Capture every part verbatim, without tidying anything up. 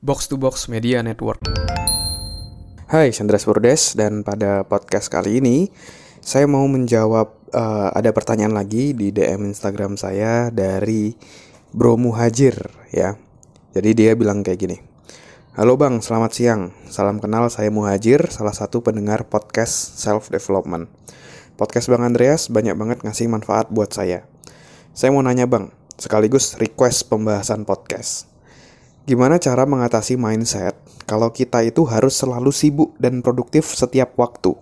Box to Box Media Network. Hai, Chandra Spurdes, dan pada podcast kali ini saya mau menjawab uh, ada pertanyaan lagi di D M Instagram saya dari Bro Muhajir ya. Jadi dia bilang kayak gini. Halo Bang, selamat siang. Salam kenal, saya Muhajir, salah satu pendengar podcast Self Development. Podcast Bang Andreas banyak banget ngasih manfaat buat saya. Saya mau nanya Bang, sekaligus request pembahasan podcast. Gimana cara mengatasi mindset kalau kita itu harus selalu sibuk dan produktif setiap waktu?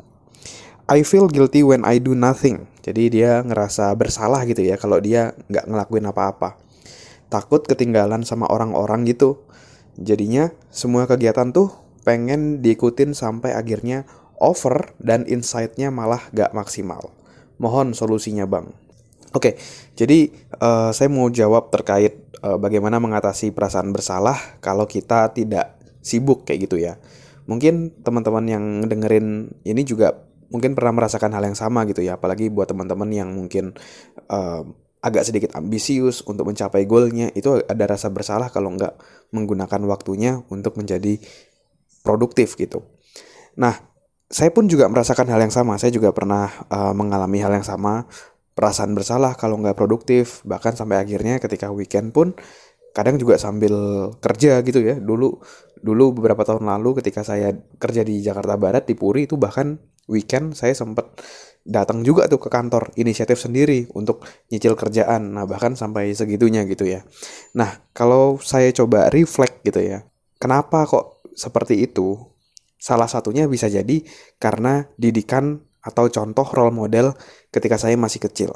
I feel guilty when I do nothing. Jadi dia ngerasa bersalah gitu ya kalau dia nggak ngelakuin apa-apa. Takut ketinggalan sama orang-orang gitu. Jadinya semua kegiatan tuh pengen diikutin sampai akhirnya over dan insight-nya malah nggak maksimal. Mohon solusinya Bang. Oke, jadi uh, saya mau jawab terkait uh, bagaimana mengatasi perasaan bersalah kalau kita tidak sibuk kayak gitu ya. Mungkin teman-teman yang dengerin ini juga mungkin pernah merasakan hal yang sama gitu ya. Apalagi buat teman-teman yang mungkin uh, agak sedikit ambisius untuk mencapai goalnya, itu ada rasa bersalah kalau nggak menggunakan waktunya untuk menjadi produktif gitu. Nah, saya pun juga merasakan hal yang sama. Saya juga pernah uh, mengalami hal yang sama. Perasaan bersalah kalau nggak produktif, bahkan sampai akhirnya ketika weekend pun kadang juga sambil kerja gitu ya. Dulu dulu beberapa tahun lalu ketika saya kerja di Jakarta Barat di Puri, itu bahkan weekend saya sempat datang juga tuh ke kantor inisiatif sendiri untuk nyicil kerjaan. Nah bahkan sampai segitunya gitu ya. Nah kalau saya coba reflect gitu ya, kenapa kok seperti itu? Salah satunya bisa jadi karena didikan atau contoh role model ketika saya masih kecil.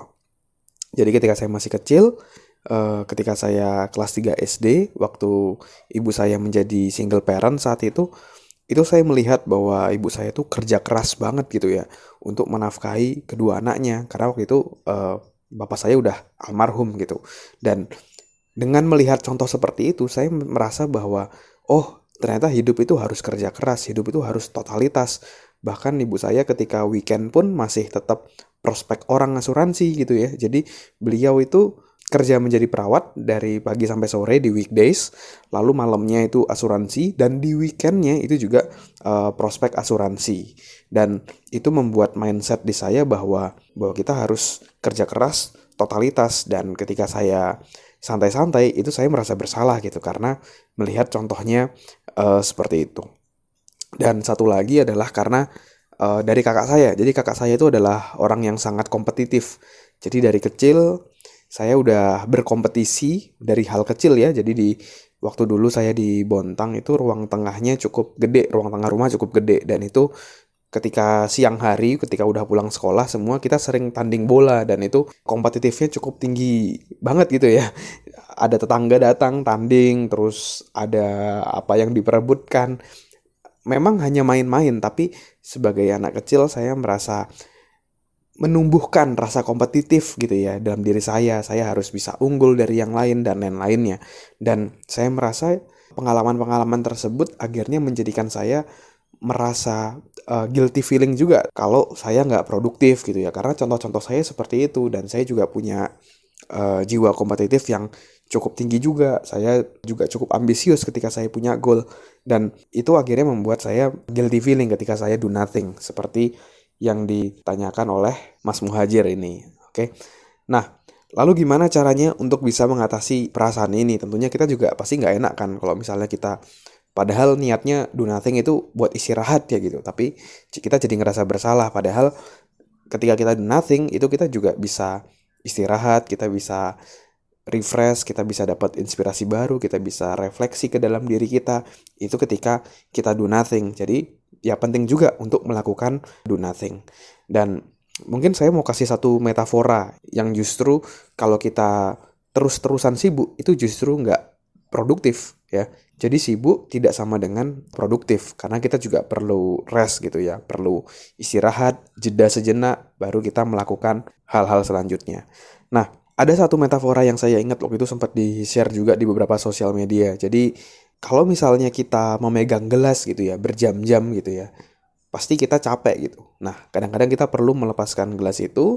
Jadi ketika saya masih kecil, uh, ketika saya kelas tiga S D, waktu ibu saya menjadi single parent saat itu, itu saya melihat bahwa ibu saya tuh kerja keras banget gitu ya, untuk menafkahi kedua anaknya. Karena waktu itu uh, bapak saya udah almarhum gitu. Dan dengan melihat contoh seperti itu, saya merasa bahwa, oh ternyata hidup itu harus kerja keras, hidup itu harus totalitas. Bahkan ibu saya ketika weekend pun masih tetap prospek orang asuransi gitu ya. Jadi beliau itu kerja menjadi perawat dari pagi sampai sore di weekdays, lalu malamnya itu asuransi, dan di weekendnya itu juga uh, prospek asuransi. Dan itu membuat mindset di saya bahwa bahwa kita harus kerja keras, totalitas. Dan ketika saya santai-santai itu saya merasa bersalah gitu karena melihat contohnya uh, seperti itu. Dan satu lagi adalah karena uh, dari kakak saya. Jadi kakak saya itu adalah orang yang sangat kompetitif. Jadi dari kecil saya udah berkompetisi dari hal kecil ya. Jadi di waktu dulu saya di Bontang itu ruang tengahnya cukup gede, ruang tengah rumah cukup gede. Dan itu ketika siang hari, ketika udah pulang sekolah, semua kita sering tanding bola. Dan itu kompetitifnya cukup tinggi banget gitu ya. Ada tetangga datang tanding, terus ada apa yang diperebutkan. Memang hanya main-main, tapi sebagai anak kecil saya merasa menumbuhkan rasa kompetitif gitu ya dalam diri saya. Saya harus bisa unggul dari yang lain dan lain-lainnya. Dan saya merasa pengalaman-pengalaman tersebut akhirnya menjadikan saya merasa uh, guilty feeling juga kalau saya nggak produktif gitu ya. Karena contoh-contoh saya seperti itu, dan saya juga punya uh, jiwa kompetitif yang cukup tinggi juga. Saya juga cukup ambisius ketika saya punya goal. Dan itu akhirnya membuat saya guilty feeling ketika saya do nothing. Seperti yang ditanyakan oleh Mas Muhajir ini. Oke. Nah, lalu gimana caranya untuk bisa mengatasi perasaan ini? Tentunya kita juga pasti nggak enak kan kalau misalnya kita padahal niatnya do nothing itu buat istirahat ya gitu. Tapi kita jadi ngerasa bersalah. Padahal ketika kita do nothing itu kita juga bisa istirahat, kita bisa refresh, kita bisa dapat inspirasi baru, kita bisa refleksi ke dalam diri kita. Itu ketika kita do nothing. Jadi ya penting juga untuk melakukan do nothing. Dan mungkin saya mau kasih satu metafora yang justru kalau kita terus-terusan sibuk itu justru nggak produktif ya. Jadi sibuk tidak sama dengan produktif, karena kita juga perlu rest gitu ya, perlu istirahat, jeda sejenak, baru kita melakukan hal-hal selanjutnya. Nah, ada satu metafora yang saya ingat waktu itu sempat di-share juga di beberapa sosial media. Jadi kalau misalnya kita memegang gelas gitu ya, berjam-jam gitu ya, pasti kita capek gitu. Nah, kadang-kadang kita perlu melepaskan gelas itu,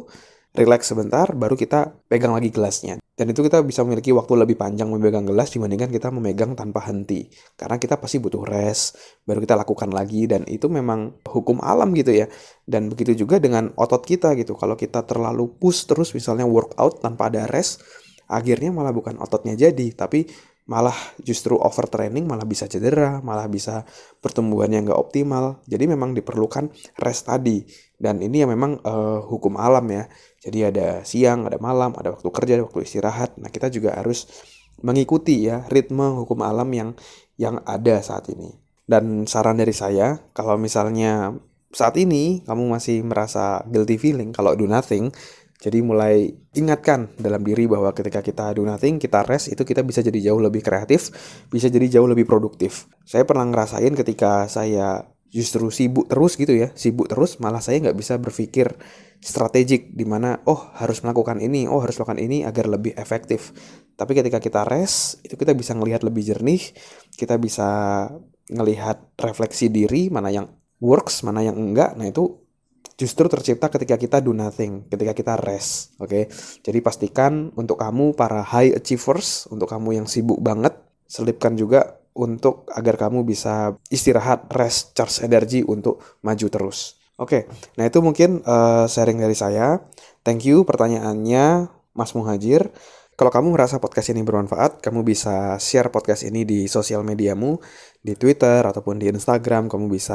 relax sebentar, baru kita pegang lagi gelasnya. Dan itu kita bisa memiliki waktu lebih panjang memegang gelas dibandingkan kita memegang tanpa henti. Karena kita pasti butuh rest, baru kita lakukan lagi, dan itu memang hukum alam gitu ya. Dan begitu juga dengan otot kita gitu. Kalau kita terlalu push terus misalnya workout tanpa ada rest, akhirnya malah bukan ototnya jadi, tapi malah justru overtraining, malah bisa cedera, malah bisa pertumbuhannya nggak optimal. Jadi memang diperlukan rest tadi. Dan ini yang memang uh, hukum alam ya. Jadi ada siang, ada malam, ada waktu kerja, ada waktu istirahat. Nah kita juga harus mengikuti ya ritme hukum alam yang yang ada saat ini. Dan saran dari saya, kalau misalnya saat ini kamu masih merasa guilty feeling kalau do nothing, jadi mulai ingatkan dalam diri bahwa ketika kita do nothing, kita rest, itu kita bisa jadi jauh lebih kreatif, bisa jadi jauh lebih produktif. Saya pernah ngerasain ketika saya justru sibuk terus gitu ya, sibuk terus malah saya nggak bisa berpikir strategik di mana oh harus melakukan ini, oh harus melakukan ini agar lebih efektif. Tapi ketika kita rest, itu kita bisa ngelihat lebih jernih, kita bisa ngelihat refleksi diri, mana yang works, mana yang enggak. Nah itu justru tercipta ketika kita do nothing, ketika kita rest, oke? Okay? Jadi pastikan untuk kamu para high achievers, untuk kamu yang sibuk banget, selipkan juga untuk agar kamu bisa istirahat, rest, charge energi untuk maju terus. Oke, okay. Nah itu mungkin uh, sharing dari saya. Thank you pertanyaannya, Mas Muhajir. Kalau kamu merasa podcast ini bermanfaat, kamu bisa share podcast ini di sosial mediamu, di Twitter ataupun di Instagram. Kamu bisa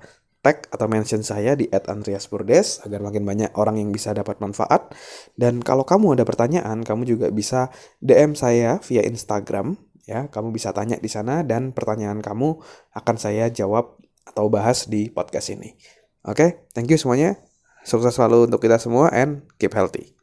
tag atau mention saya di et andreas purdes agar makin banyak orang yang bisa dapat manfaat. Dan kalau kamu ada pertanyaan, kamu juga bisa D M saya via Instagram ya. Kamu bisa tanya di sana dan pertanyaan kamu akan saya jawab atau bahas di podcast ini. Oke, okay? Thank you semuanya. Sukses selalu untuk kita semua and keep healthy.